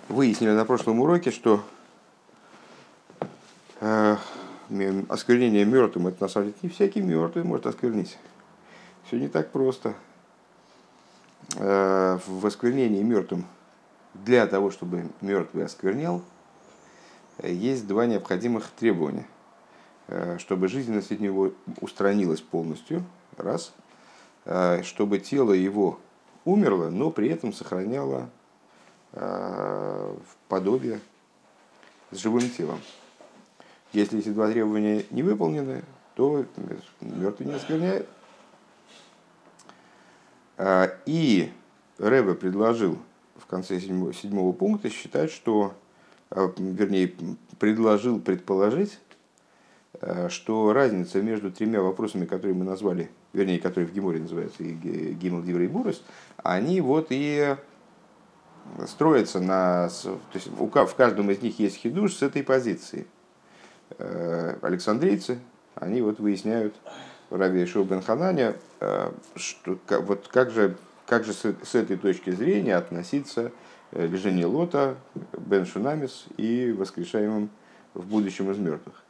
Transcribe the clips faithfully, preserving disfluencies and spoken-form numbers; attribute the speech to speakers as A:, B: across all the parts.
A: выяснили на прошлом уроке, что э, осквернение мертвым — это на самом деле не всякий мертвый может осквернить. Все не так просто. Э, в осквернении мертвым, для того, чтобы мертвый осквернял, есть два необходимых требования. Э, чтобы жизненность от него устранилась полностью, раз. Э, чтобы тело его умерло, но при этом сохраняло э, подобие с живым телом. Если эти два требования не выполнены, то мертвый не оскверняет. И Ребе предложил в конце седьмого, седьмого пункта считать, что, вернее, предложил предположить, что разница между тремя вопросами, которые мы назвали, вернее, которые в Геморе называются Гимел Диврей Бурос, они вот и строятся на... То есть в каждом из них есть хидуш с этой позиции. Александрийцы, они вот выясняют Раби Йошуа бен Хананя, что, вот как же, как же с, с этой точки зрения относиться к жене Лота, бен Шунамис и воскрешаемым в будущем из мертвых.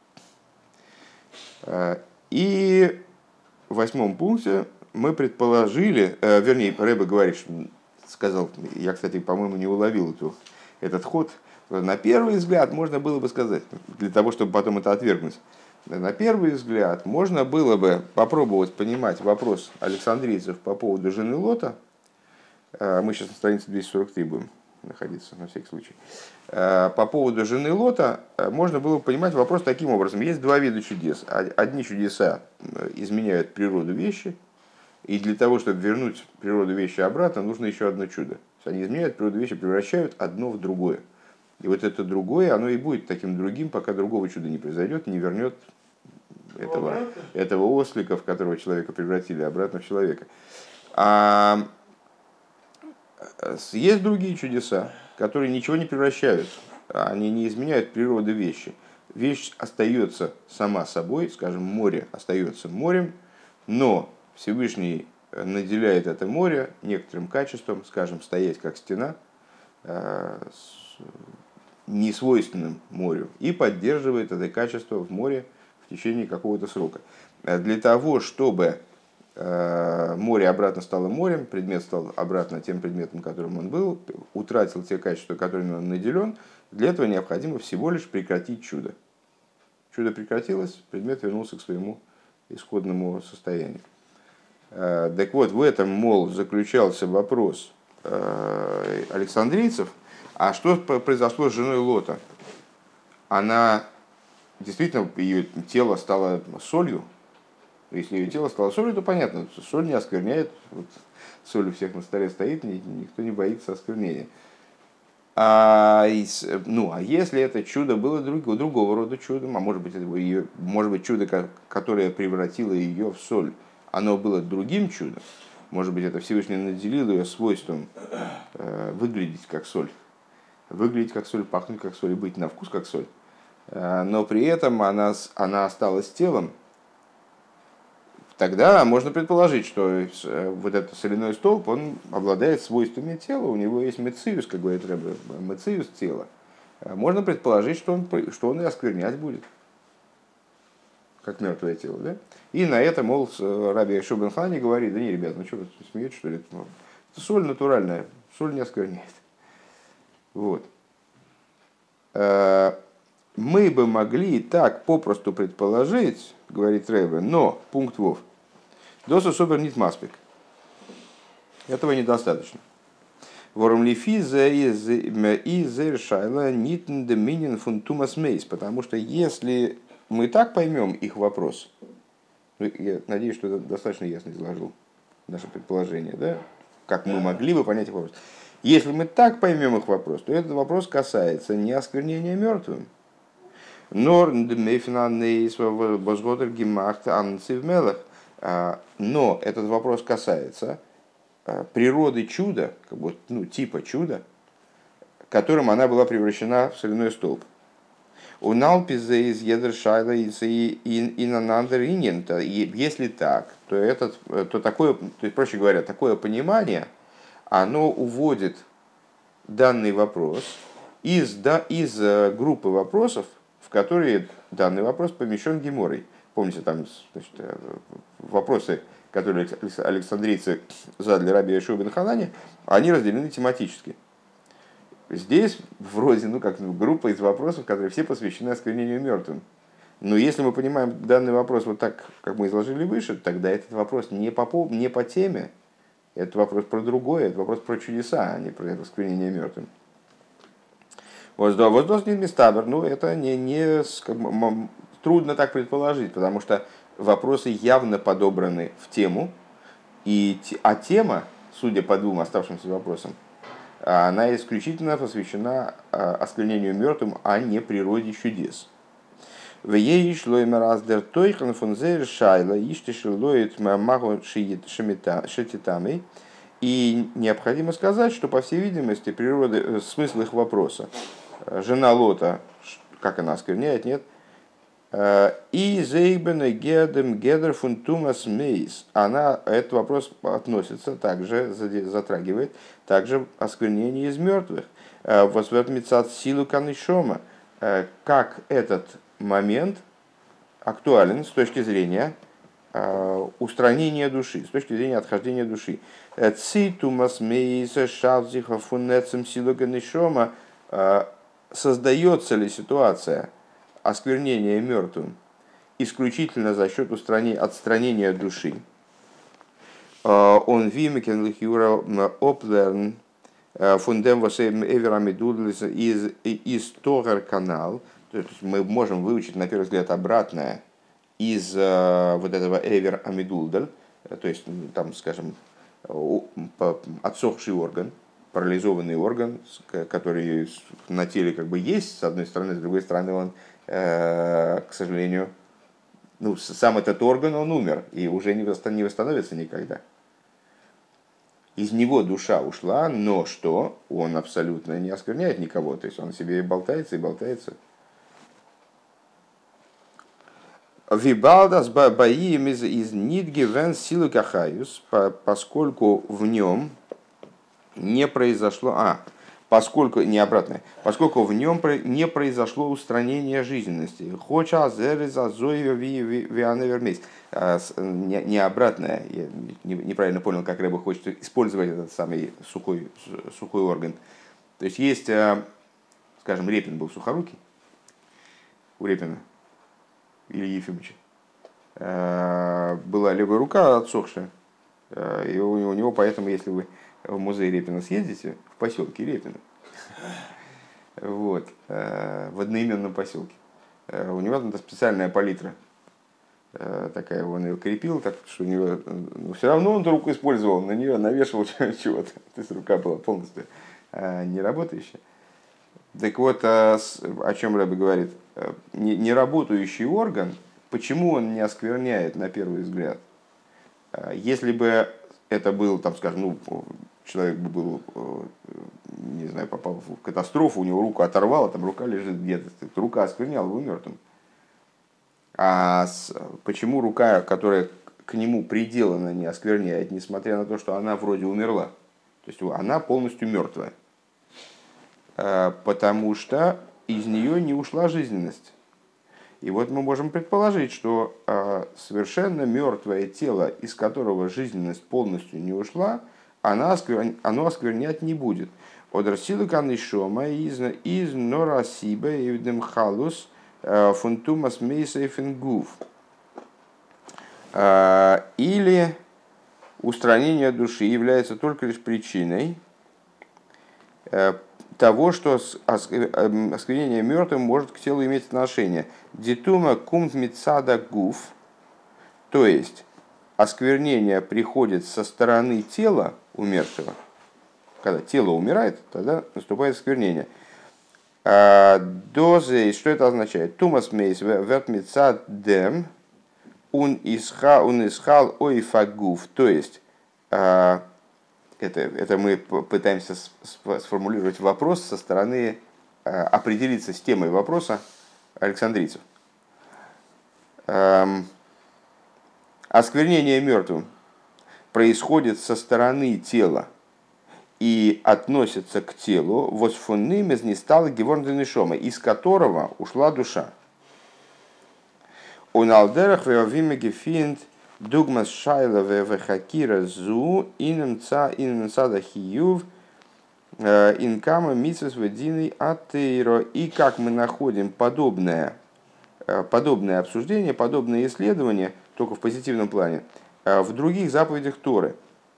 A: И в восьмом пункте мы предположили, вернее, Ребе говорит, сказал, я, кстати, по-моему, не уловил эту, этот ход. На первый взгляд можно было бы сказать, для того, чтобы потом это отвергнуть, на первый взгляд можно было бы попробовать понимать вопрос александрийцев по поводу жены Лота. Мы сейчас на странице двести сорок три будем находиться, на всякий случай. По поводу жены Лота можно было бы понимать вопрос таким образом. Есть два вида чудес. Одни чудеса изменяют природу вещи, и для того, чтобы вернуть природу вещи обратно, нужно еще одно чудо. Они изменяют природу вещи, превращают одно в другое. И вот это другое, оно и будет таким другим, пока другого чуда не произойдет, не вернет этого, этого ослика, в которого человека превратили, обратно в человека. А есть другие чудеса, которые ничего не превращают, они не изменяют природу вещи. Вещь остается сама собой, скажем, море остается морем, но Всевышний наделяет это море некоторым качеством, скажем, стоять как стена, несвойственным морю, и поддерживает это качество в море в течение какого-то срока. Для того, чтобы море обратно стало морем, предмет стал обратно тем предметом, которым он был, утратил те качества, которыми он наделен, для этого необходимо всего лишь прекратить чудо. Чудо прекратилось, предмет вернулся к своему исходному состоянию. Так вот, в этом, мол, заключался вопрос александрийцев. А что произошло с женой Лота? Она действительно, ее тело стало солью. Если ее тело стало солью, то понятно, соль не оскверняет. Вот соль у всех на столе стоит, никто не боится осквернения. А, ну, а если это чудо было другого, другого рода чудом, а может быть, это ее, может быть, чудо, которое превратило ее в соль, оно было другим чудом, может быть, это Всевышний наделил ее свойством э, выглядеть как соль. Выглядеть как соль, пахнуть как соль и быть на вкус как соль. Но при этом она, она осталась телом. Тогда можно предположить, что вот этот соляной столб, он обладает свойствами тела, у него есть мециус, как говорит Ребе, мециус тела. Можно предположить, что он, что он и осквернять будет, как мертвое тело. Да? И на это, мол, Раби Йошуа бен Ханани говорит: да не, ребят, ну что вы смеетесь, что ли? Это соль натуральная, соль не оскверняет. Вот. Мы бы могли так попросту предположить, говорит Ребе, но, пункт вов, доса собер нит маспик. Этого недостаточно. Ворум лифи изер шайла нитн доминин фунтумас мейс. Потому что если мы так поймем их вопрос, я надеюсь, что это достаточно ясно изложил наше предположение, да? Как мы могли бы понять их вопрос. Если мы так поймем их вопрос, то этот вопрос касается не осквернения мертвым. Но этот вопрос касается природы чуда, как бы, ну, типа чуда, которым она была превращена в соляной столб. У Налпизе из Едершайла и Нанандеринен. Если так, то, этот, то такое, то есть, проще говоря, такое понимание, оно уводит данный вопрос из, да, из группы вопросов, в которые данный вопрос помещен Геморой. Помните, там значит, вопросы, которые александрийцы задали Раби Йошуа бен Ханане, они разделены тематически. Здесь вроде ну, как ну, группа из вопросов, которые все посвящены осквернению мертвым. Но если мы понимаем данный вопрос вот так, как мы изложили выше, тогда этот вопрос не по, не по теме, это вопрос про другое, это вопрос про чудеса, а не про осквернение мертвым. Воздос не местабер, ну это не, не трудно так предположить, потому что вопросы явно подобраны в тему, и, а тема, судя по двум оставшимся вопросам, она исключительно посвящена осквернению мертвым, а не природе чудес. В ей шло им раздер тойхан фунзер шайла иштишилоит магу шититами. И необходимо сказать, что, по всей видимости, природа, смысл их вопроса, жена Лота, как она оскверняет, нет, и зейбена гедем гедер фунтумас мейс, она, этот вопрос относится, также затрагивает, также осквернение из мертвых, возвертмицат силу канишома, как этот момент актуален с точки зрения устранения души, с точки зрения отхождения души. Цитумас мейса шавзиха фуннецем силу канишома, создается ли ситуация осквернения мертвым исключительно за счет устранения, отстранения души. Он вимекен лихюра оплерн фундем восем эверамидудлис из из тогар канал. То есть мы можем выучить на первый взгляд обратное из вот этого эвер амидулдаль, то есть там, скажем, отсохший орган, парализованный орган, который на теле как бы есть, с одной стороны, с другой стороны он, к сожалению, ну, сам этот орган, он умер и уже не восстановится никогда. Из него душа ушла, но что? Он абсолютно не оскверняет никого, то есть он себе болтается и болтается. Вибалдас баим из нидги вен силу кахаюс, поскольку в нем не произошло, а, поскольку, не обратное, поскольку в нем не произошло устранение жизненности. Хоча зереза зоева вианевермейс. Не обратное, я неправильно понял, как Рэбе хочет использовать этот самый сухой, сухой орган. То есть есть, скажем, Репин был сухорукий, у Репина, или Ефимовича. Была левая рука отсохшая, и у него поэтому, если вы в музей Репина съездите, в поселке Репина, вот, в одноименном поселке, у него там специальная палитра такая, он ее крепил, так что у него, ну, все равно он руку использовал, на нее навешивал чего-то, то есть рука была полностью не работающая. Так вот, о чем Рэбе говорит, неработающий орган, почему он не оскверняет на первый взгляд? Если бы это был, там, скажем, ну, человек бы был, не знаю, попал в катастрофу, у него руку оторвало, там рука лежит где-то, рука оскверняла его мертвым. А почему рука, которая к нему приделана, не оскверняет, несмотря на то, что она вроде умерла? То есть она полностью мертвая. Потому что из нее не ушла жизненность. И вот мы можем предположить, что совершенно мертвое тело, из которого жизненность полностью не ушла, она осквер... оно осквернять не будет. Одрасилу канишома из норасиба и вдемхалус фунтумас мейса и фингув. Или устранение души является только лишь причиной того, что осквернение мертвым может к телу иметь отношение. Дитума кумт мицада гуф, то есть осквернение приходит со стороны тела умершего. Когда тело умирает, тогда наступает осквернение. Дозы, что это означает? Тумас мейс верт мицад дем ун исха ун исхал ойфагуф, то есть Это, это мы пытаемся сформулировать вопрос со стороны, определиться с темой вопроса александрийцев. Эм, осквернение мертвым происходит со стороны тела и относится к телу, восфунным из не стало геворнденешома, из которого ушла душа. Он алдерах веовиме гефинд дугмас шайла вехакира зу инемца инемца дахиюв инкама митсвес вединой атеиро. И как мы находим подобное, подобное обсуждение, подобное исследование, только в позитивном плане, в других заповедях Торы.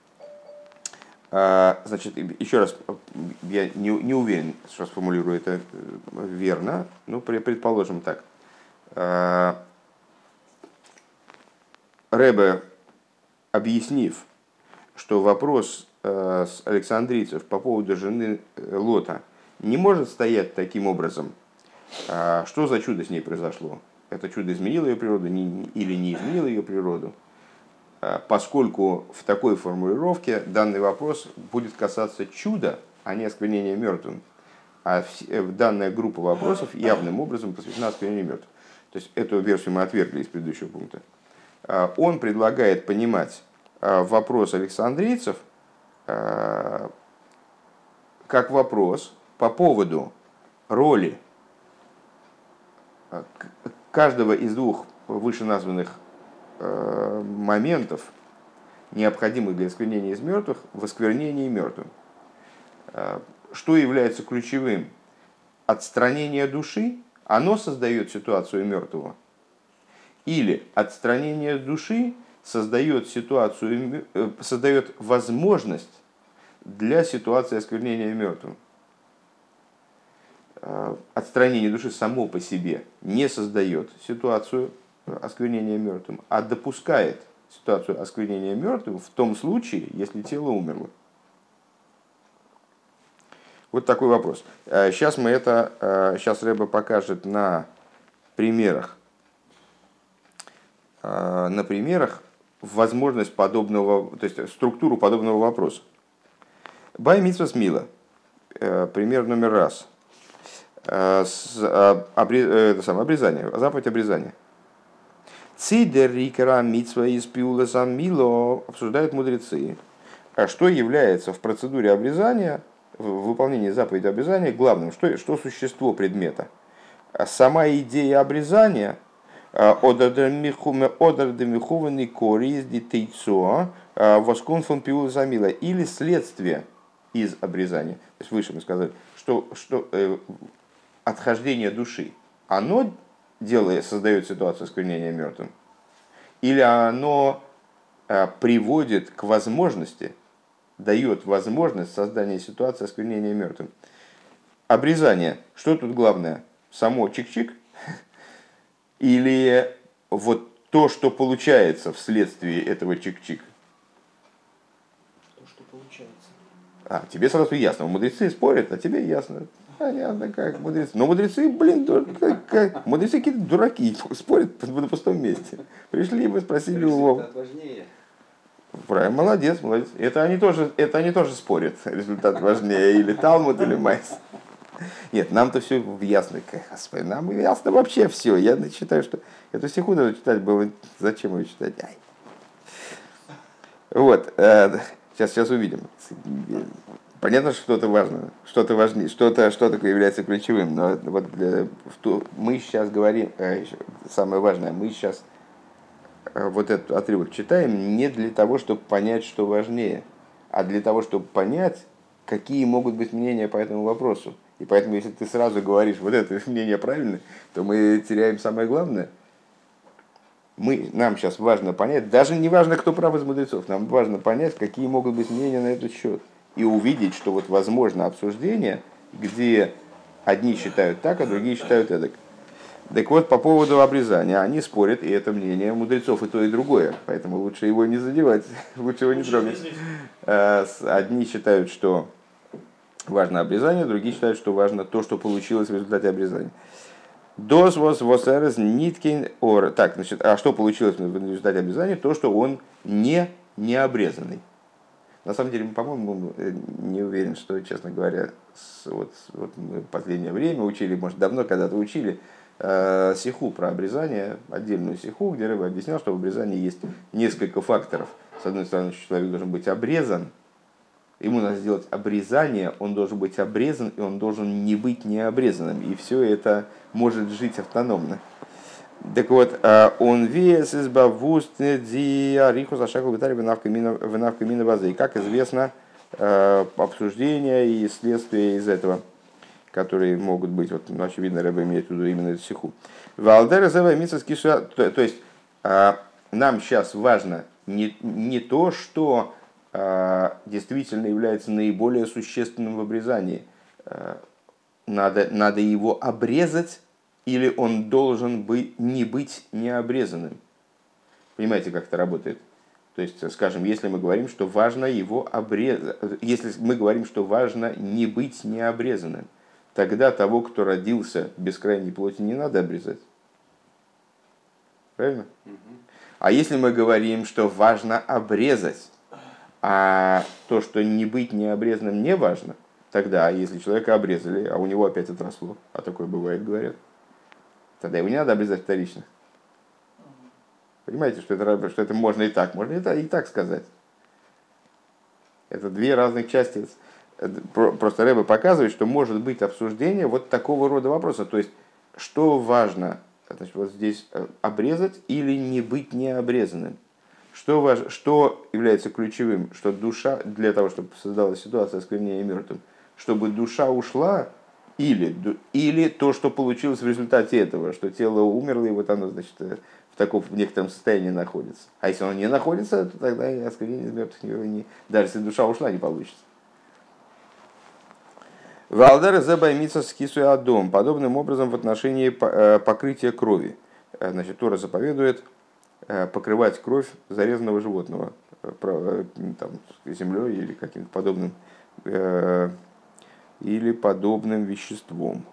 A: Значит, еще раз, я не, не уверен, что сформулирую это верно, но предположим так. Ребе, объяснив, что вопрос с александрийцев по поводу жены Лота не может стоять таким образом, что за чудо с ней произошло. Это чудо изменило ее природу или не изменило ее природу, поскольку в такой формулировке данный вопрос будет касаться чуда, а не осквернения мертвым. А данная группа вопросов явным образом посвящена осквернению мертвых. То есть эту версию мы отвергли из предыдущего пункта. Он предлагает понимать вопрос александрийцев как вопрос по поводу роли каждого из двух вышеназванных моментов, необходимых для осквернения из мертвых, в осквернении мертвым. Что является ключевым? Отстранение души, оно создает ситуацию мертвого. Или отстранение души создает ситуацию, создает возможность для ситуации осквернения мертвым. Отстранение души само по себе не создает ситуацию осквернения мертвым, а допускает ситуацию осквернения мертвым в том случае, если тело умерло. Вот такой вопрос. Сейчас мы это, сейчас Ребе покажет на примерах, на примерах возможность подобного, то есть структуру подобного вопроса. Бай митсвас мила. Пример номер раз. Это самое обрезание, заповедь обрезания. Цидер рикера митсва из пиула сам мило, обсуждают мудрецы, что является в процедуре обрезания, в выполнении заповеди обрезания главным, что, что существо предмета. Сама идея обрезания одардемихованный корис дитейцо восконфон пиула замила, или следствие из обрезания. То есть выше мы сказали, что, что э, отхождение души, оно делает, создает ситуацию осквернения мертвым, или оно э, приводит к возможности, дает возможность создания ситуации осквернения мертвым. Обрезание, что тут главное? Само чик-чик? Или вот то, что получается вследствие этого чик-чик?
B: То, что получается.
A: А, тебе сразу ясно. Мудрецы спорят, а тебе ясно. Понятно, как мудрецы. Но мудрецы, блин, дур... как, как... мудрецы какие-то дураки, спорят на пустом месте. Пришли бы, спросили его.
B: Результат важнее.
A: Правильно, молодец, молодец. Это они тоже, это они тоже спорят. Результат важнее, или Талмуд, или Майс. Нет, нам-то все ясно. Господи, нам ясно вообще все. Я считаю, что эту стиху даже читать было. Зачем ее читать? Ай. Вот. Сейчас, сейчас увидим. Понятно, что что-то важно, что-то важнее, что-то, что такое является ключевым. Но вот для, мы сейчас говорим, самое важное, мы сейчас вот этот отрывок читаем не для того, чтобы понять, что важнее, а для того, чтобы понять, какие могут быть мнения по этому вопросу. И поэтому, если ты сразу говоришь, вот это мнение правильное, то мы теряем самое главное. Мы, нам сейчас важно понять, даже не важно, кто прав из мудрецов, нам важно понять, какие могут быть мнения на этот счет. И увидеть, что вот возможно обсуждение, где одни считают так, а другие считают эдак. Так вот, по поводу обрезания, они спорят, и это мнение мудрецов и то, и другое, поэтому лучше его не задевать, лучше его не трогать. Одни считают, что важно обрезание, другие считают, что важно то, что получилось в результате обрезания. Дос вос восерес ниткин ор. Так, значит, а что получилось в результате обрезания? То, что он не необрезанный. На самом деле, по-моему, не уверен, что, честно говоря, с, вот, вот мы в последнее время учили, может, давно когда-то учили э, сиху про обрезание, отдельную сиху, где Ребе объяснял, что в обрезании есть несколько факторов. С одной стороны, человек должен быть обрезан, ему надо сделать обрезание, он должен быть обрезан, и он должен не быть необрезанным. И все это может жить автономно. Так вот, он вес из бавустны ди ариху зашагал в Италии вынавка мина базы. И, как известно, обсуждения и следствия из этого, которые могут быть, вот, ну, очевидно, Рэбе имеет в виду именно эту сиху. Валдера зева митсовский суя, то есть нам сейчас важно не, не то, что действительно является наиболее существенным в обрезании. Надо, надо его обрезать, или он должен быть, не быть необрезанным. Понимаете, как это работает? То есть, скажем, если мы говорим, что важно его обрезать, если мы говорим, что важно не быть необрезанным, тогда того, кто родился без крайней плоти, не надо обрезать. Правильно? Угу. А если мы говорим, что важно обрезать, а то, что не быть необрезанным, не важно, тогда, если человека обрезали, а у него опять отросло, а такое бывает, говорят, тогда его не надо обрезать вторично. Понимаете, что это, что это можно и так, можно и так, и так сказать. Это две разных части. Просто Рэбе показывает, что может быть обсуждение вот такого рода вопроса. То есть, что важно, значит, вот здесь обрезать или не быть необрезанным. Что, важ, что является ключевым, что душа, для того, чтобы создалась ситуация осквернения мертвым, чтобы душа ушла, или, или то, что получилось в результате этого, что тело умерло, и вот оно, значит, в таком в некотором состоянии находится. А если оно не находится, то тогда осквернение из мертвых не, не, даже если душа ушла, не получится. Валдер забаймится с кису адом. Подобным образом в отношении покрытия крови. Значит, Тора заповедует покрывать кровь зарезанного животного там, землей или каким-то подобным, или подобным веществом.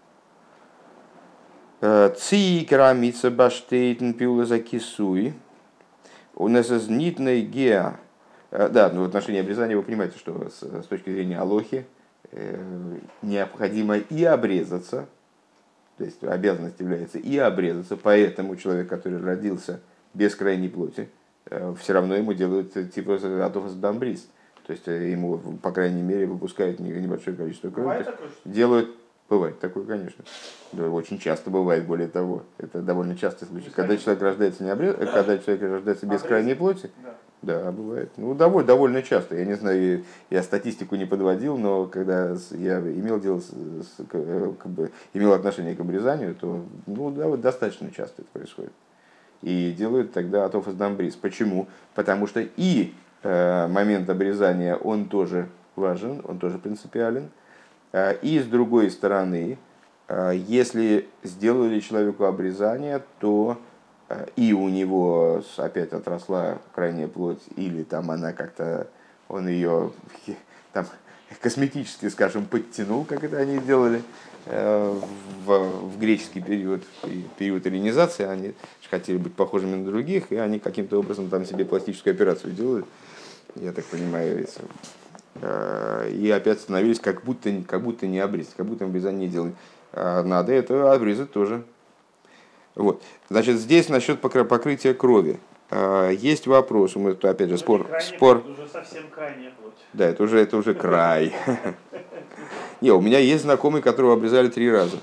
A: Цикра митса баштейтен пиула за кисуи. У нас из нитной геа. Да, но в отношении обрезания вы понимаете, что с, с точки зрения алохи необходимо и обрезаться, то есть обязанность является и обрезаться, поэтому человек, который родился без крайней плоти, все равно ему делают типа атофас дамбрис, то есть ему, по крайней мере, выпускают небольшое количество крови. Делают, бывает такое, конечно. Да, очень часто бывает, более того. Это довольно частый случай. Когда человек рождается, не обрез... когда человек рождается без крайней плоти, да. да, бывает. Ну, довольно, довольно часто. Я не знаю, я статистику не подводил, но когда я имел дело с, с, как бы, имел отношение к обрезанию, то ну, да, достаточно часто это происходит. И делают тогда атофас дамбрис. Почему? Потому что и э, момент обрезания, он тоже важен, он тоже принципиален. И с другой стороны, если сделали человеку обрезание, то и у него опять отросла крайняя плоть, или там она как-то, он ее там, косметически, скажем, подтянул, как это они делали в, в греческий период, период эллинизации, они хотели быть похожими на других, и они каким-то образом там себе пластическую операцию делают, я так понимаю, если... И опять становились как будто, как будто не обрезать, как будто обрезание не делали. Надо это обрезать тоже. Вот. Значит, здесь насчет покрытия крови. Есть вопрос, мы тут опять же спор. спор.
B: Это уже совсем крайняя плоть.
A: Да, это уже, это уже край. Не, у меня есть знакомый, которого обрезали три раза.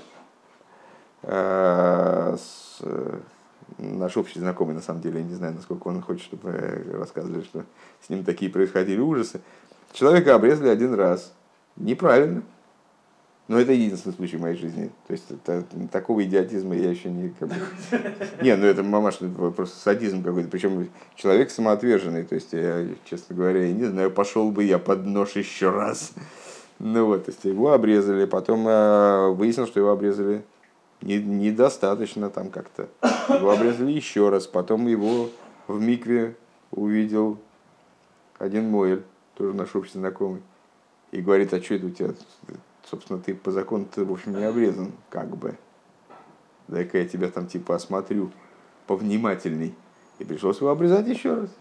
A: Наш общий знакомый, на самом деле, я не знаю, насколько он хочет, чтобы рассказывали, что с ним такие происходили ужасы. Человека обрезали один раз. Неправильно. Но это единственный случай в моей жизни. То есть это, такого идиотизма я еще не... Как бы... Не, ну это мамаш, это просто садизм какой-то. Причем человек самоотверженный. То есть я, честно говоря, я не знаю, пошел бы я под нож еще раз. Ну вот, то есть его обрезали. Потом э, выяснилось, что его обрезали не, недостаточно там как-то. Его обрезали еще раз. Потом его в микве увидел один моэль, тоже наш общий знакомый, и говорит, а что это у тебя, собственно, ты по закону-то, в общем, не обрезан, как бы. Дай-ка я тебя там типа осмотрю повнимательней. И пришлось его обрезать еще раз.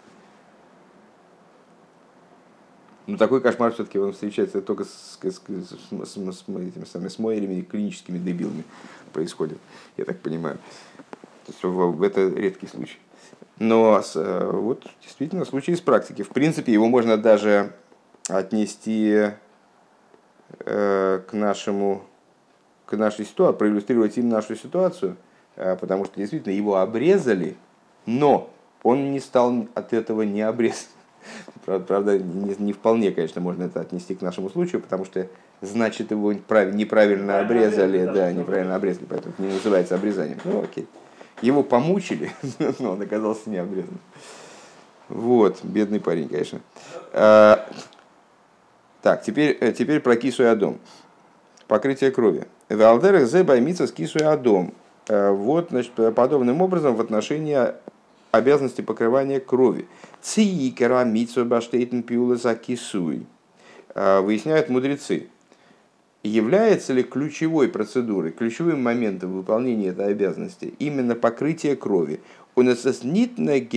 A: Но такой кошмар все-таки он встречается только с, с, с, с, с, с этими самыми смойлерами, клиническими дебилами происходит, я так понимаю. То есть, это редкий случай. Но вот действительно случай из практики. В принципе, его можно даже отнести э, к нашему, к нашей ситуации, проиллюстрировать им нашу ситуацию, э, потому что действительно его обрезали, но он не стал от этого не обрезан. Правда, не, не вполне, конечно, можно это отнести к нашему случаю, потому что значит его неправильно обрезали, да, неправильно обрезали, поэтому это не называется обрезанием. Ну окей. Его помучили, но он оказался не обрезан. Вот, бедный парень, конечно. А, так, теперь, теперь про кису и адом. Покрытие крови. Валдерах зе баймица с кису и адом. Вот, значит, подобным образом в отношении обязанности покрывания крови. Циикера митсу баштейтен пиула за кисуй. Выясняют мудрецы. Является ли ключевой процедурой, ключевым моментом выполнения этой обязанности именно покрытие крови? У нас нет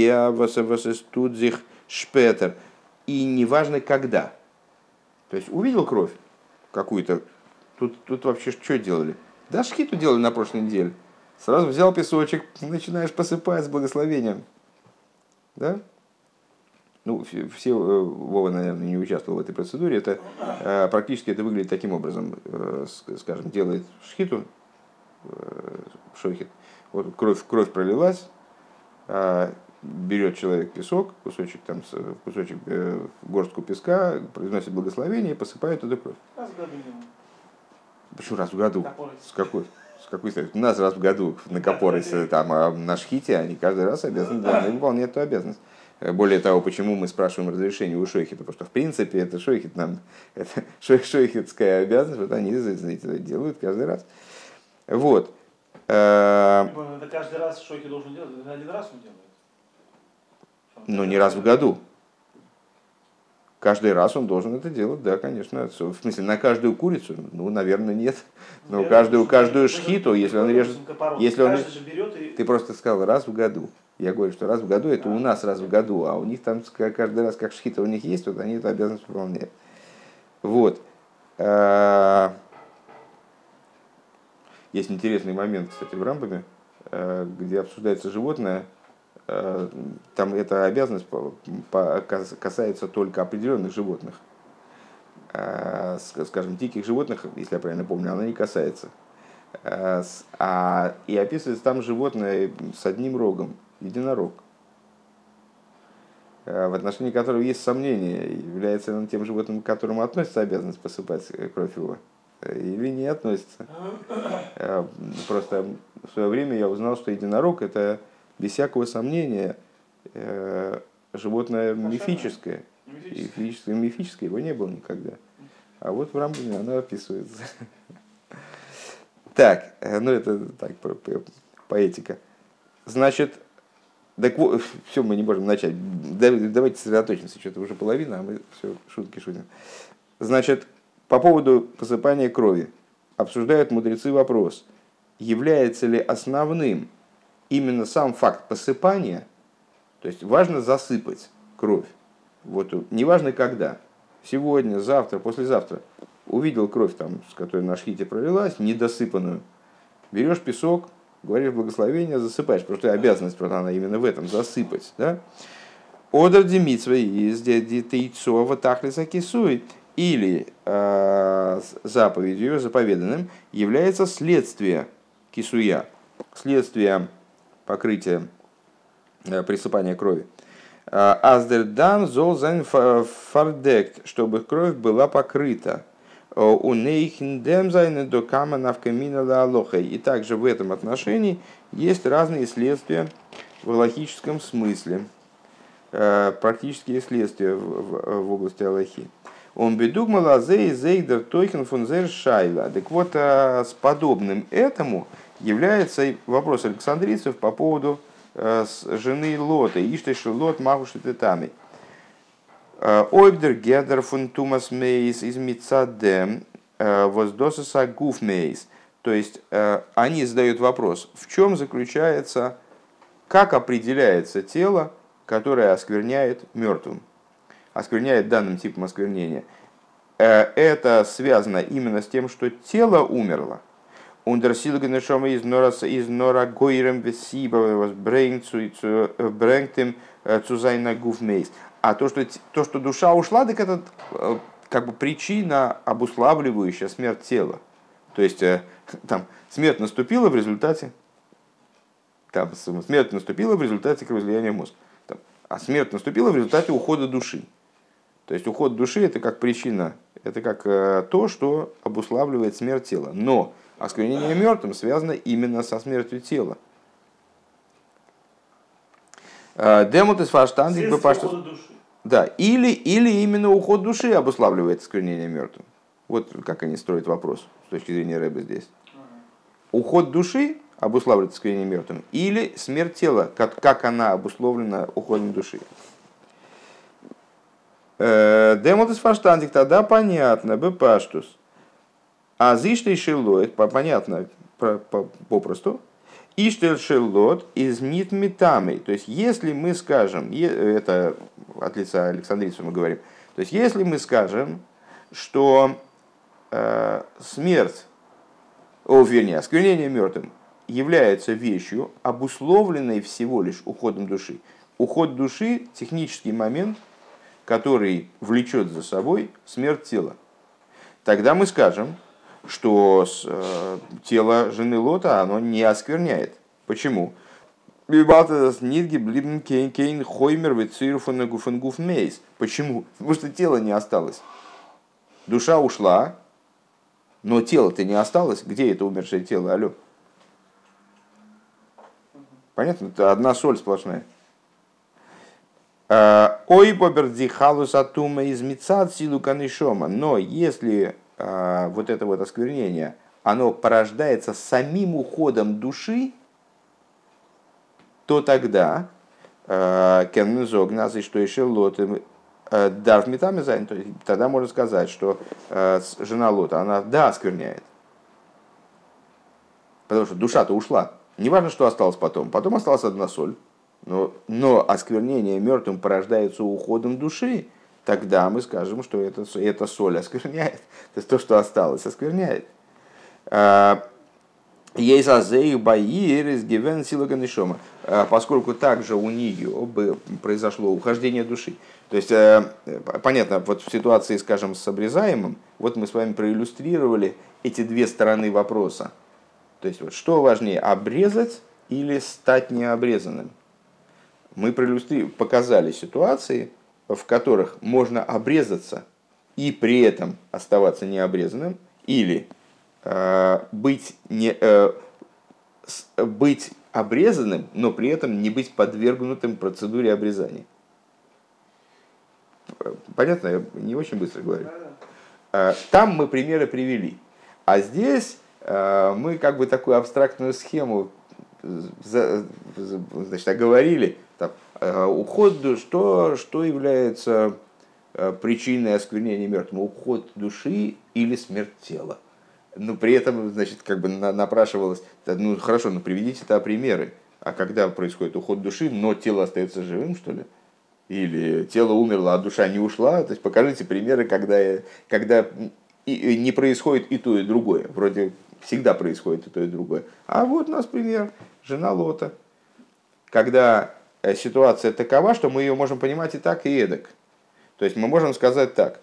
A: шпетер, и неважно когда. То есть увидел кровь какую-то, тут, тут вообще что делали? Да шхиту делали на прошлой неделе. Сразу взял песочек, начинаешь посыпать с благословением. Да? Ну, все, Вова, наверное, не участвовал в этой процедуре. Это, практически это выглядит таким образом. Скажем, делает шхиту, шохит. Вот кровь, кровь пролилась, берет человек песок, кусочек, там, кусочек, горстку песка, произносит благословение и посыпает эту кровь.
B: Раз в году.
A: Почему раз в году? С какой? С какой стати? У нас раз в году на Капорисе, там, а на шхите они каждый раз обязаны выполнять эту обязанность. Более того, почему мы спрашиваем разрешение у шойхита? Потому что, в принципе, это шойхит нам, это шойхитская обязанность, вот они делают каждый раз. Вот.
B: Это каждый раз шойхит должен делать, это один раз он делает?
A: Ну, не раз в году. Каждый раз он должен это делать, да, конечно. В смысле, на каждую курицу? Ну, наверное, нет. Но ну, каждую, каждую шхиту, если он режет... Если он... Ты просто сказал раз в году. Я говорю, что раз в году это у нас раз в году, а у них там каждый раз, как шхита у них есть, вот они эту обязанность выполняют. Вот. Есть интересный момент, кстати, в Рамбаме, где обсуждается животное. Там эта обязанность касается только определенных животных. Скажем, диких животных, если я правильно помню, она не касается. И описывается там животное с одним рогом. Единорог, в отношении которого есть сомнения, является ли он тем животным, к которому относится обязанность посыпать кровь его, или не относится. Просто в свое время я узнал, что единорог — это, без всякого сомнения, животное мифическое. Мифическое, мифическое его не было никогда. А вот в Рамбаме оно описывается. Так, ну это так, поэтика. Значит, так вот, все, мы не можем начать. Давайте сосредоточимся, что-то уже половина, а мы все шутки шутим. Значит, по поводу посыпания крови обсуждают мудрецы вопрос, является ли основным именно сам факт посыпания, то есть важно засыпать кровь, вот, неважно когда, сегодня, завтра, послезавтра, увидел кровь, там, с которой на шхите пролилась, недосыпанную, берешь песок, говоришь благословение, засыпаешь, потому что обязанность, правда, она именно в этом, засыпать. Да? Одер демитсва из детейцова тахлиса кисуй, или э, заповедью, заповеданным, является следствие кисуя, следствие покрытия, э, присыпания крови. Аздердан золзайн фардект, чтобы кровь была покрыта. И также в этом отношении есть разные следствия в логическом смысле, практические следствия в области алахи. Он бедугмал азей зейдер тойхен фон зер шайла. Так вот, с подобным этому является вопрос александрийцев по поводу жены Лота, Иштеш Лот Махушететами. Ойбдер Гедер фун Тумас Мейс из Мицадем воздосаса Гуф Мейс. То есть они задают вопрос, в чем заключается, как определяется тело, которое оскверняет мертвым, оскверняет данным типом осквернения. Это связано именно с тем, что тело умерло. Ундерсилгенешома из нора гойрем весиба брэнгтем цузайна Гуф Мейс. а то, что, то, что душа ушла, так это как бы причина, обуславливающая смерть тела. То есть там, смерть наступила в результате, там, смерть наступила в результате кровоизлияния в мозг, там, а смерть наступила в результате ухода души. То есть уход души это как причина, это как то, что обуславливает смерть тела. Но осквернение мертвым связано именно со смертью тела. Демут из фаштандик
B: ухода души.
A: Да, или, или именно уход души обуславливает осквернение мертвым. Вот как они строят вопрос с точки зрения Рэбе здесь. Уход души обуславливает осквернение мертвым, или смерть тела, как, как она обусловлена уходом души. Демут из фаштандик, тогда понятно, бепаштус. А зиштей шеллоид, понятно попросту. Иштель шеллот из нитмитами. То есть, если мы скажем, это от лица Александрийца мы говорим, то есть, если мы скажем, что э, смерть, о, вернее, осквернение мертвым является вещью, обусловленной всего лишь уходом души. Уход души – технический момент, который влечет за собой смерть тела. Тогда мы скажем, что э, тело жены Лота оно не оскверняет. Почему? Почему? Потому что тело не осталось. Душа ушла, но тело-то не осталось. Где это умершее тело? Алло. Понятно? Это одна соль сплошная. Ой, боберди халус атума из мицат силу канишома. Но если э, вот это вот осквернение, оно порождается самим уходом души, то тогда кеннезог нас и что еще лоты дарф метами занят, тогда можно сказать, что э, жена Лота, она да оскверняет. Потому что душа-то ушла. Неважно, что осталось потом. Потом осталась одна соль. Но, но осквернение мертвым порождается уходом души, тогда мы скажем, что это, это соль оскверняет. То есть то, что осталось, оскверняет. Поскольку также у нее произошло ухождение души. То есть, понятно, вот в ситуации, скажем, с обрезаемым, вот мы с вами проиллюстрировали эти две стороны вопроса. То есть, вот, что важнее, обрезать или стать необрезанным? Мы показали ситуации, в которых можно обрезаться и при этом оставаться необрезанным, или э, быть, не, э, с, быть обрезанным, но при этом не быть подвергнутым процедуре обрезания. Понятно? Я не очень быстро говорю. Э, там мы примеры привели. А здесь э, мы как бы такую абстрактную схему значит, оговорили. Там, уход, что, что является причиной осквернения мертвым? Уход души или смерть тела? Но при этом, значит, как бы напрашивалось, ну хорошо, ну приведите это примеры. А когда происходит уход души, но тело остается живым, что ли? Или тело умерло, а душа не ушла? То есть покажите примеры, когда, когда и не происходит и то, и другое. Вроде всегда происходит и то, и другое. А вот у нас пример. Жена Лота. Когда ситуация такова, что мы ее можем понимать и так, и эдак. То есть мы можем сказать так.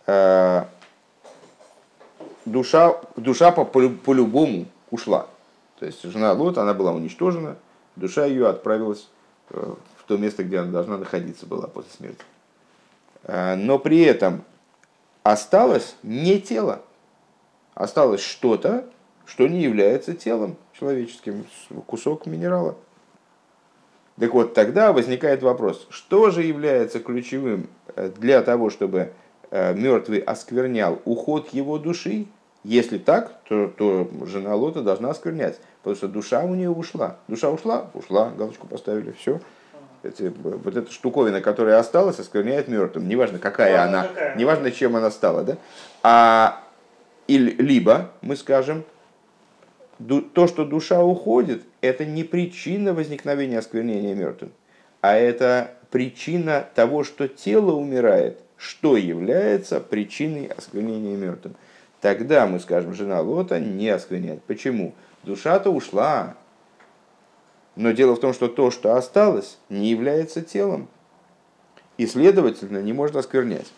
A: Душа, душа по, по-любому ушла. То есть жена Лота, она была уничтожена, душа ее отправилась в то место, где она должна находиться была после смерти. Но при этом осталось не тело. Осталось что-то, что не является телом человеческим, кусок минерала. Так вот, тогда возникает вопрос, что же является ключевым для того, чтобы мертвый осквернял уход его души? Если так, то, то жена Лота должна осквернять, потому что душа у нее ушла. Душа ушла? Ушла, галочку поставили, все. Эти, вот эта штуковина, которая осталась, оскверняет мертвым. Неважно, какая неважно, она, какая. неважно, чем она стала. Да? А, или, либо мы скажем, то, что душа уходит, это не причина возникновения осквернения мертвым, а это причина того, что тело умирает, что является причиной осквернения мертвым. Тогда мы скажем, жена Лота не оскверняет. Почему? Душа-то ушла. Но дело в том, что то, что осталось, не является телом. и, следовательно, не может осквернять.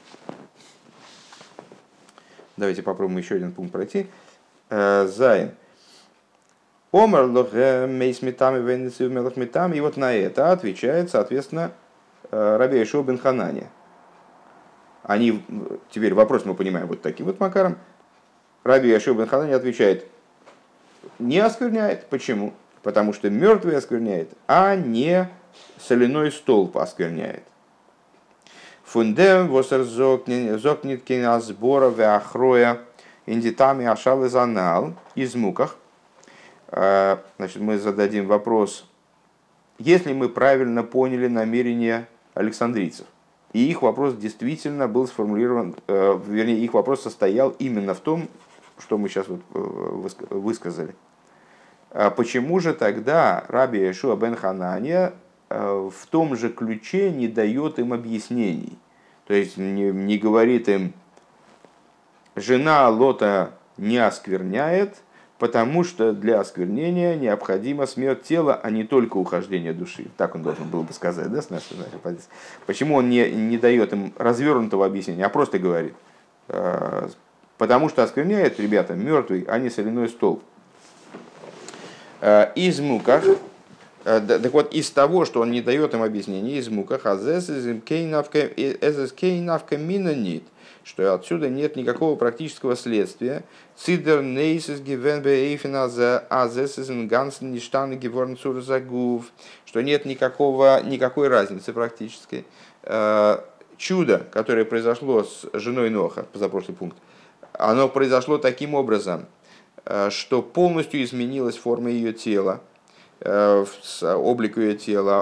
A: Давайте попробуем еще один пункт пройти. Зайн. Омар лохе мейс метами венецию мелах метами. И вот на это отвечает, соответственно, Раби Йошуа бен Ханания. Они, теперь вопрос мы понимаем вот таким вот макаром. Раби Йошуа бен Ханания отвечает, не оскверняет. Почему? Потому что мертвый оскверняет, а не соляной столб оскверняет. Фундем восер зокнит киназбора веахроя индитами ашал и занал из муках. Значит, мы зададим вопрос, если мы правильно поняли намерения александрийцев. И их вопрос действительно был сформулирован, вернее, их вопрос состоял именно в том, что мы сейчас вот высказали. Почему же тогда Раби Йошуа бен Ханания в том же ключе не дает им объяснений? То есть не, не говорит им, жена Лота не оскверняет, потому что для осквернения необходима смерть тела, а не только ухождение души. Так он должен был бы сказать, да, с нашей, с нашей позиции. Почему он не, не дает им развернутого объяснения, а просто говорит, потому что оскверняет, ребята, мертвый, а не соляной столб. Из муках, так вот, из того, что он не дает им объяснений, из муках, что отсюда нет никакого практического следствия. Цидер нейсис гивен бейфина за азесизен гансен ништан геворн цурзагув, что нет никакого, никакой разницы практической. Чудо, которое произошло с женой Ноха, позапрошлый пункт, оно произошло таким образом, что полностью изменилась форма ее тела, облик ее тела,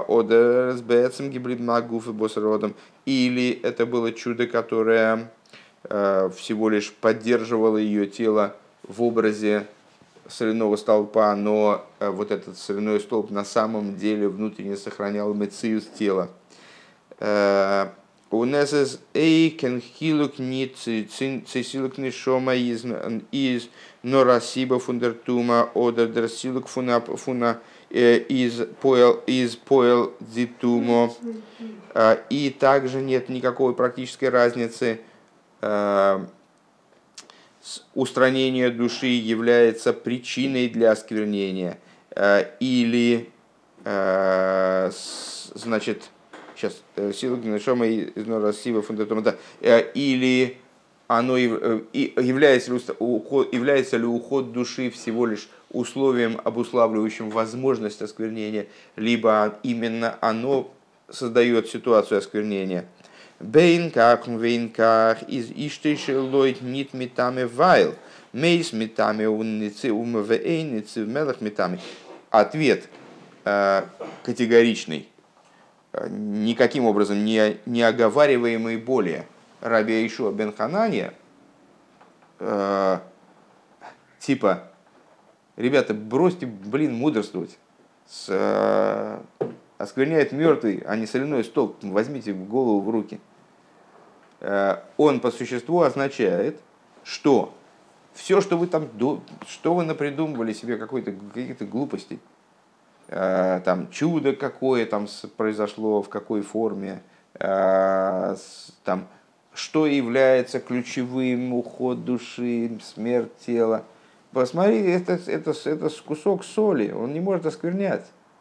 A: или это было чудо, которое всего лишь поддерживало ее тело в образе соляного столпа, но вот этот соляной столб на самом деле внутренне сохранял мециус тела. У нас есть эйкен хилук нит цисилук нишома из из норасиба фундертума одер дерсилук фуна фуна из поэл из поэл дитумо. И также нет никакой практической разницы. Устранение души является причиной для осквернения или, значит, сейчас, или оно является ли, уход, является ли уход души всего лишь условием, обуславливающим возможность осквернения, либо именно оно создает ситуацию осквернения. Бейнках, вейнках, из иштейши лойт нит метами вайл, мейс метами унницы умвейницы мелах метами. Ответ э, категоричный, никаким образом не, не оговариваемый более Раби Йошуа бен Ханания, э, типа, ребята, бросьте, блин, мудрствовать, с, э, оскверняет мертвый, а не соляной столб, возьмите голову в руки. Он по существу означает, что все, что вы там, что вы напридумывали себе какой-то, какие-то глупости, там чудо какое там произошло, в какой форме, там, что является ключевым, уход души, смерть тела. Посмотри, это, это, это кусок соли, он не может осквернять.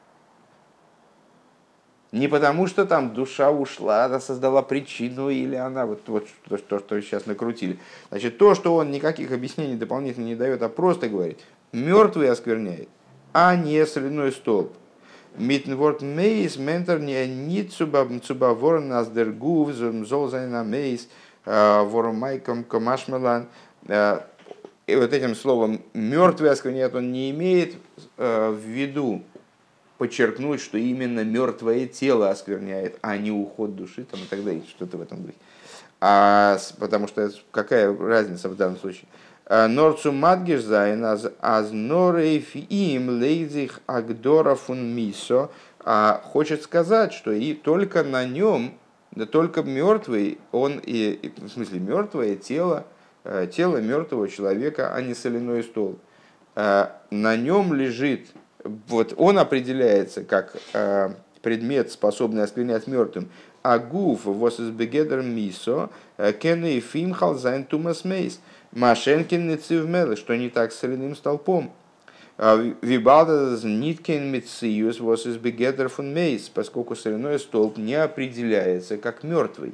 A: Не потому, что там душа ушла, она создала причину, или она вот, вот то, что, что сейчас накрутили. Значит, то, что он никаких объяснений дополнительно не дает, а просто говорит, мертвый оскверняет, а не соляной столб. Митнворд мейс ментор не нит цуба ворн аздергув золзайна мейс вормайком комашмелан. И вот этим словом мертвый оскверняет он не имеет в виду подчеркнуть, что именно мертвое тело оскверняет, а не уход души там, и так далее, что-то в этом духе. А, потому что какая разница в данном случае? Норцу мадгиш зайн аз норейф им лейзих агдора фун мисо. Хочет сказать, что и только на нем, да только мертвый, он и, в смысле мертвое тело, тело мертвого человека, а не соляной столб. На нем лежит. Вот он определяется как э, предмет, способный осквернять мертвым, агуф вос из бегедер мисо кены фимхал зайн тумас мейс. Машенкин нецивмелы, что не так с соляным столпом. Вибалда ниткин митсиюс вос из бегедер фун мейс, поскольку соляной столб не определяется как мертвый.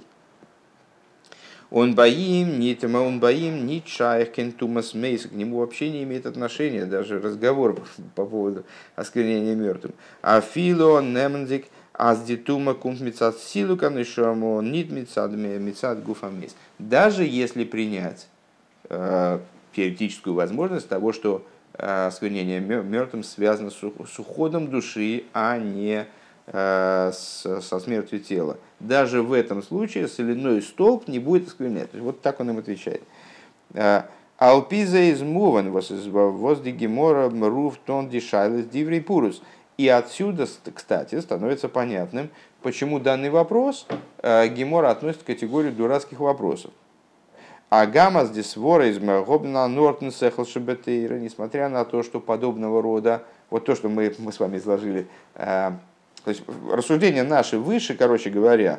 A: Он боим, нитма, он боим, нит шайхкен тумас мейс, к нему вообще не имеет отношения, даже разговор по поводу осквернения мертвым. А фило немендик аздитума кумт мицат силу канышаму нит мицат мицат гуфамис. Даже если принять э, теоретическую возможность того, что э, осквернение мертвым связано с, с уходом души, а не С, со смертью тела. Даже в этом случае соляной столб не будет осквернять. Вот так он им отвечает. Алпиза из муван возди гемора руф тон дишайлес диврей пурус. И отсюда, кстати, становится понятным, почему данный вопрос гемора относит к категории дурацких вопросов. А гамма здесь вора из гобна нортен сехл шебетейра, несмотря на то, что подобного рода, вот то, что мы, мы с вами изложили, то есть рассуждения наши выше, короче говоря,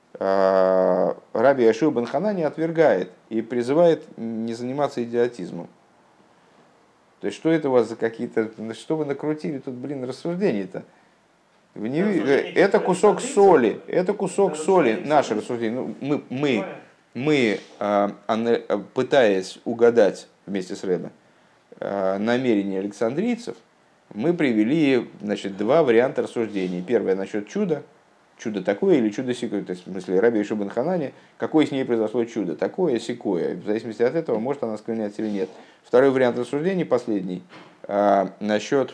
A: Раби Йошуа бен Ханани отвергает и призывает не заниматься идиотизмом. То есть что это у вас за какие-то, что вы накрутили тут, блин, рассуждений-то? Вы не... Это кусок соли, это кусок соли, наше рассуждение. Ну, мы, мы, мы, пытаясь угадать вместе с Ребе намерения александрийцев, мы привели, значит, два варианта рассуждений. Первое насчет чуда. Чудо такое или чудо сякое. То есть, в смысле, Раби Йошуа бен Ханани, какое с ней произошло чудо. Такое, сякое. В зависимости от этого, может она склоняться или нет. Второй вариант рассуждений, последний, насчет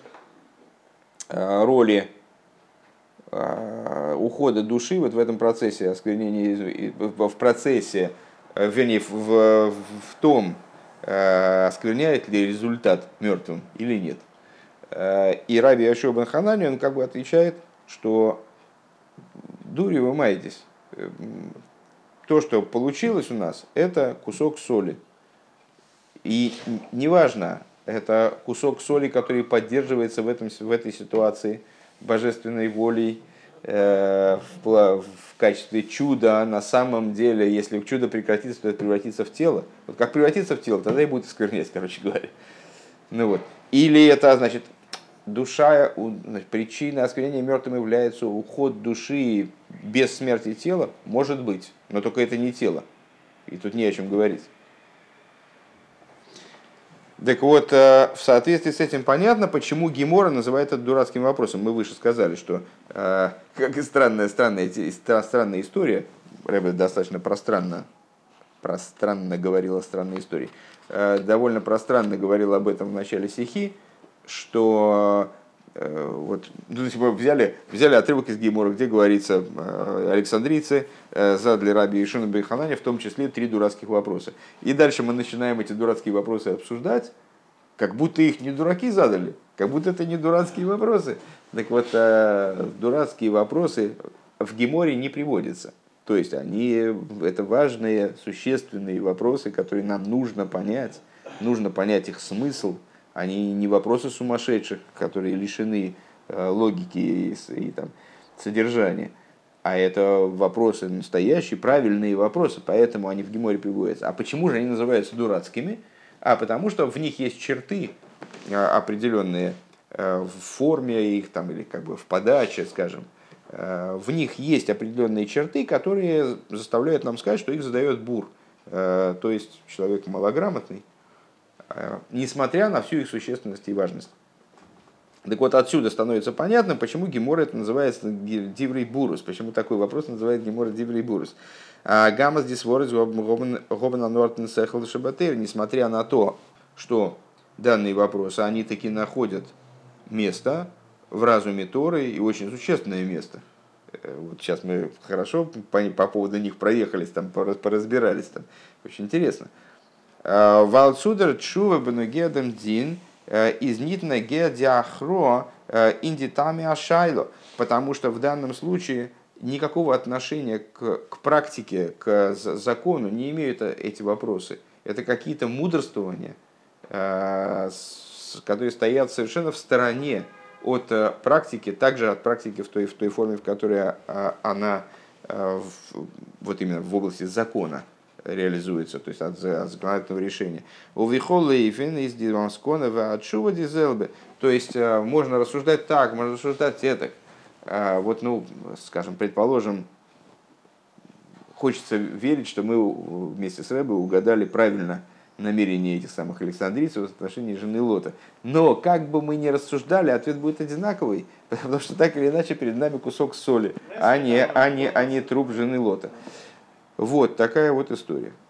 A: роли ухода души вот в этом процессе осквернения, в процессе, вернее, в, в, в том, оскверняет ли результат мертвым или нет. И Раби Йошуа бен Ханани, он как бы отвечает, что дурью вы маетесь. То, что получилось у нас, это кусок соли. И неважно, это кусок соли, который поддерживается в, этом, в этой ситуации божественной волей э, в, в качестве чуда. На самом деле, если чудо прекратится, то это превратится в тело. Вот как превратится в тело, тогда и будет осквернять, короче говоря. Ну вот. Или это, значит, душа, значит, причиной осквернения мертвым является уход души без смерти тела, может быть, но только это не тело. И тут не о чем говорить. Так вот, в соответствии с этим понятно, почему Гемора называет это дурацким вопросом. Мы выше сказали, что, как и странная, странная, странная история, Ребе достаточно пространно, пространно говорил о странной истории, довольно пространно говорил об этом в начале стихи, что вот, ну, типа, взяли, взяли отрывок из Гемора, где говорится, александрийцы задали Раби Йошуа бен Ханани в том числе три дурацких вопроса. И дальше мы начинаем эти дурацкие вопросы обсуждать, как будто их не дураки задали, как будто это не дурацкие вопросы. Так вот, дурацкие вопросы в Геморе не приводятся. То есть они, это важные, существенные вопросы, которые нам нужно понять, нужно понять их смысл. Они не вопросы сумасшедших, которые лишены логики и, и там, содержания, а это вопросы настоящие, правильные вопросы, поэтому они в Геморе приводятся. А почему же они называются дурацкими? А потому что в них есть черты определенные в форме их там, или как бы в подаче, скажем. В них есть определенные черты, которые заставляют нам сказать, что их задает Бур, то есть человек малограмотный, несмотря на всю их существенность и важность. Так вот, отсюда становится понятно, почему Гемора это называется Диврей Бурус, почему такой вопрос называют Гемора Диврей Бурус. Гамас дисворез гобна нортен сехл шабатер, несмотря на то, что данные вопросы, они таки находят место в разуме Торы, и очень существенное место. Вот сейчас мы хорошо по, по поводу них проехались, там, поразбирались, там. Очень интересно. Валцудер чува бенугедем дин из нитна гедиахро индитами ашайло, потому что в данном случае никакого отношения к, к практике, к закону не имеют эти вопросы. Это какие-то мудрствования, которые стоят совершенно в стороне от практики, также от практики в той, в той форме, в которой она э, в, вот именно в области закона реализуется, то есть от, от законодательного решения. Увихол лейфен из диванскона от шува дизелбе. То есть э, можно рассуждать так, можно рассуждать это. Э, вот, ну, скажем, предположим, хочется верить, что мы вместе с Рэбе угадали правильно намерения этих самых александрийцев в отношении жены Лота. Но как бы мы ни рассуждали, ответ будет одинаковый, потому что так или иначе перед нами кусок соли, а не, а не, а не труп жены Лота. Вот такая вот история.